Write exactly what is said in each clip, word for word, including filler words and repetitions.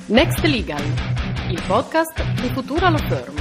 Next Legal, il podcast di Futura Law Firm.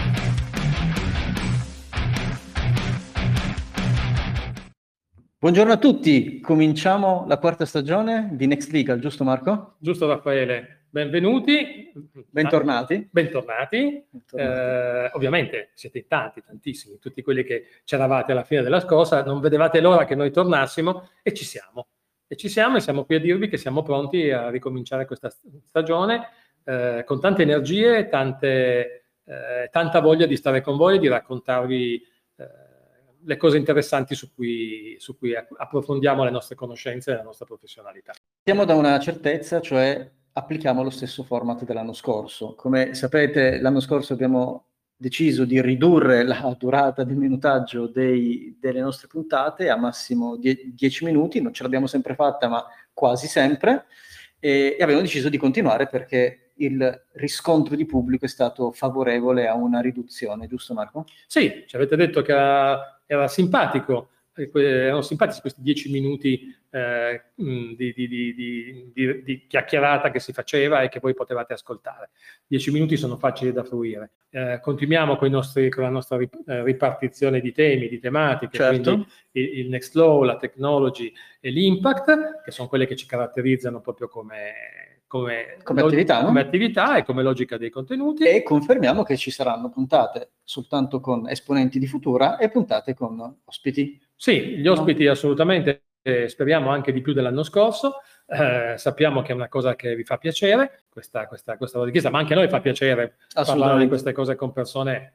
Buongiorno a tutti, cominciamo la quarta stagione di Next Legal, giusto Marco? Giusto Raffaele, benvenuti. Bentornati. Bentornati. Bentornati. Eh, ovviamente siete in tanti, tantissimi, tutti quelli che c'eravate alla fine della scorsa, non vedevate l'ora che noi tornassimo e ci siamo. E ci siamo e siamo qui a dirvi che siamo pronti a ricominciare questa stagione eh, con tante energie, tante, eh, tanta voglia di stare con voi e di raccontarvi eh, le cose interessanti su cui, su cui approfondiamo le nostre conoscenze e la nostra professionalità. Partiamo da una certezza, cioè applichiamo lo stesso format dell'anno scorso. Come sapete, l'anno scorso abbiamo deciso di ridurre la durata di minutaggio dei, delle nostre puntate a massimo dieci minuti, non ce l'abbiamo sempre fatta, ma quasi sempre, e, e abbiamo deciso di continuare perché il riscontro di pubblico è stato favorevole a una riduzione, giusto Marco? Sì, ci avete detto che era, era simpatico, erano simpatici questi dieci minuti eh, di, di, di, di, di chiacchierata che si faceva e che voi potevate ascoltare. Dieci minuti sono facili da fruire. Eh, continuiamo con, i nostri, con la nostra ripartizione di temi, di tematiche, certo. Quindi il, il Next Law, la Technology e l'Impact, che sono quelle che ci caratterizzano proprio come... Come, come, attività, come no? attività e come logica dei contenuti. E confermiamo che ci saranno puntate soltanto con esponenti di Futura e puntate con ospiti. Sì, gli ospiti no? assolutamente, eh, speriamo anche di più dell'anno scorso. Eh, sappiamo che è una cosa che vi fa piacere, questa, questa, questa richiesta, ma anche a noi fa piacere parlare di queste cose con persone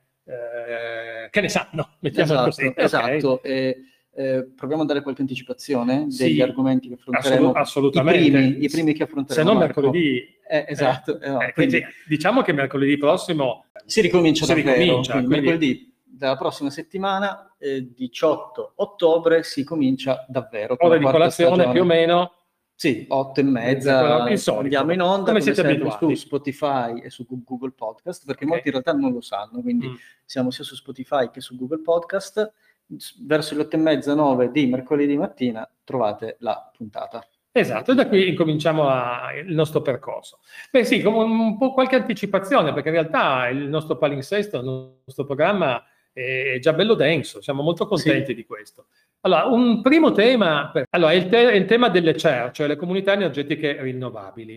eh, che ne sanno, mettiamo esatto, così. Esatto, okay. eh, eh, proviamo a dare qualche anticipazione sì, degli argomenti che affronteremo, assolutamente. I, primi, i primi che affronteremo. Se non Marco. mercoledì. Eh, esatto. Eh, no, eh, quindi, diciamo che mercoledì prossimo si ricomincia si davvero, ricomincia, quindi, quindi... mercoledì della prossima settimana, eh, diciotto ottobre, si comincia davvero. Ora di colazione stagione. Più o meno. Sì, otto e mezza, andiamo in onda, come, come siete abituati, su Spotify e su Google Podcast, perché okay. molti in realtà non lo sanno, quindi mm. siamo sia su Spotify che su Google Podcast. Verso le otto e mezza, nove di mercoledì mattina trovate la puntata. Esatto, e da qui incominciamo a, il nostro percorso. Beh sì, come un po' qualche anticipazione, perché in realtà il nostro palinsesto, il nostro programma è già bello denso, siamo molto contenti sì. di questo. Allora, un primo tema, allora, è, il te- è il tema delle C E R, cioè le comunità energetiche rinnovabili.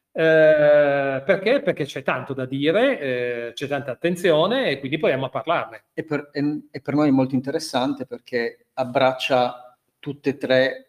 Eh, perché? Perché c'è tanto da dire, eh, c'è tanta attenzione e quindi proviamo a parlarne. E per, e, e per noi è molto interessante perché abbraccia tutte e tre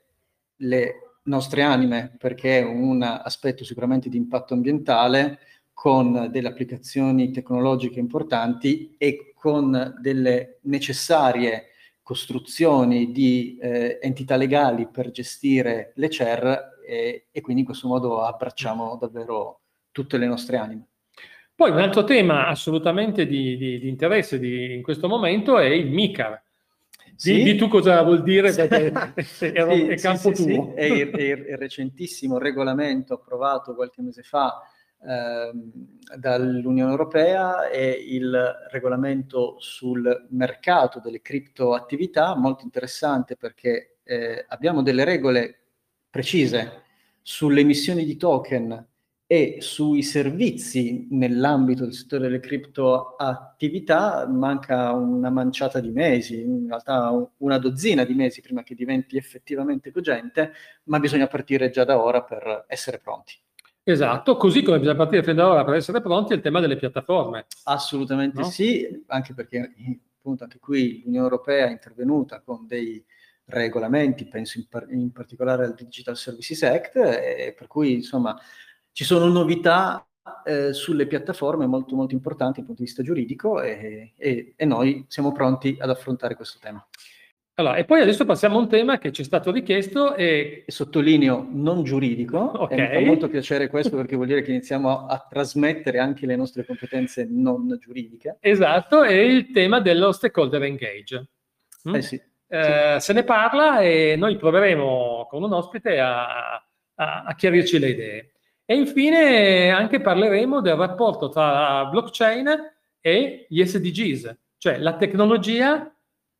le nostre anime, perché è un aspetto sicuramente di impatto ambientale con delle applicazioni tecnologiche importanti e con delle necessarie costruzioni di eh, entità legali per gestire le C E R e, e quindi in questo modo abbracciamo davvero tutte le nostre anime. Poi un altro tema assolutamente di, di, di interesse di, in questo momento è il MiCAR. Sì? Di, di tu cosa vuol dire? Perché sì, è, è, è campo sì, tuo. Sì, è, il, è il recentissimo regolamento approvato qualche mese fa ehm, dall'Unione Europea, è il regolamento sul mercato delle criptoattività, molto interessante perché eh, abbiamo delle regole precise sulle emissioni di token e sui servizi nell'ambito del settore delle criptoattività. Manca una manciata di mesi, in realtà una dozzina di mesi prima che diventi effettivamente cogente, ma bisogna partire già da ora per essere pronti. Esatto, così come bisogna partire fin da ora per essere pronti è il tema delle piattaforme. Assolutamente no? Sì, anche perché appunto anche qui l'Unione Europea è intervenuta con dei regolamenti, penso in, par- in particolare al Digital Services Act, e per cui insomma ci sono novità eh, sulle piattaforme molto molto importanti dal punto di vista giuridico e, e, e noi siamo pronti ad affrontare questo tema. Allora, e poi adesso passiamo a un tema che ci è stato richiesto e, e sottolineo non giuridico, okay. E mi fa molto piacere questo perché vuol dire che iniziamo a, a trasmettere anche le nostre competenze non giuridiche. Esatto, è il tema dello stakeholder engage. Mm? Eh sì. Eh, sì. Se ne parla e noi proveremo con un ospite a, a, a chiarirci le idee. E infine anche parleremo del rapporto tra blockchain e gli S D Gs, cioè la tecnologia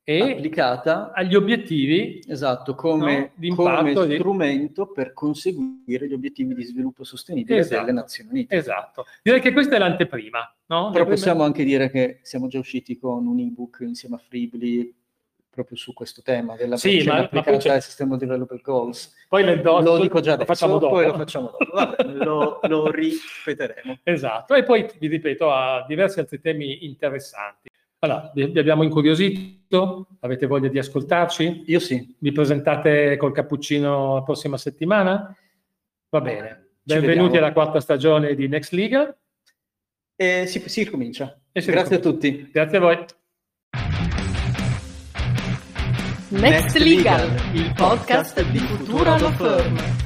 e applicata agli obiettivi, esatto, come, no, come di... strumento per conseguire gli obiettivi di sviluppo sostenibile esatto, delle Nazioni Unite. Esatto, direi che questa è l'anteprima. No? Però prime... possiamo anche dire che siamo già usciti con un ebook insieme a Freebly proprio su questo tema della sì, ma, applicata ma al Sustainable Development Goals. Poi nel doc, lo dico già lo adesso, facciamo dopo. Poi lo facciamo dopo, vabbè, lo, lo ripeteremo. Esatto, e poi vi ripeto a diversi altri temi interessanti. Allora, vi, vi abbiamo incuriosito? Avete voglia di ascoltarci? Io sì. Vi presentate col cappuccino la prossima settimana? Va bene. Ci Benvenuti vediamo. Alla quarta stagione di Next Legal. E si, si ricomincia. E si Grazie ricomincia. a tutti. Grazie a voi. Next Legal, il podcast di Futura Law Firm.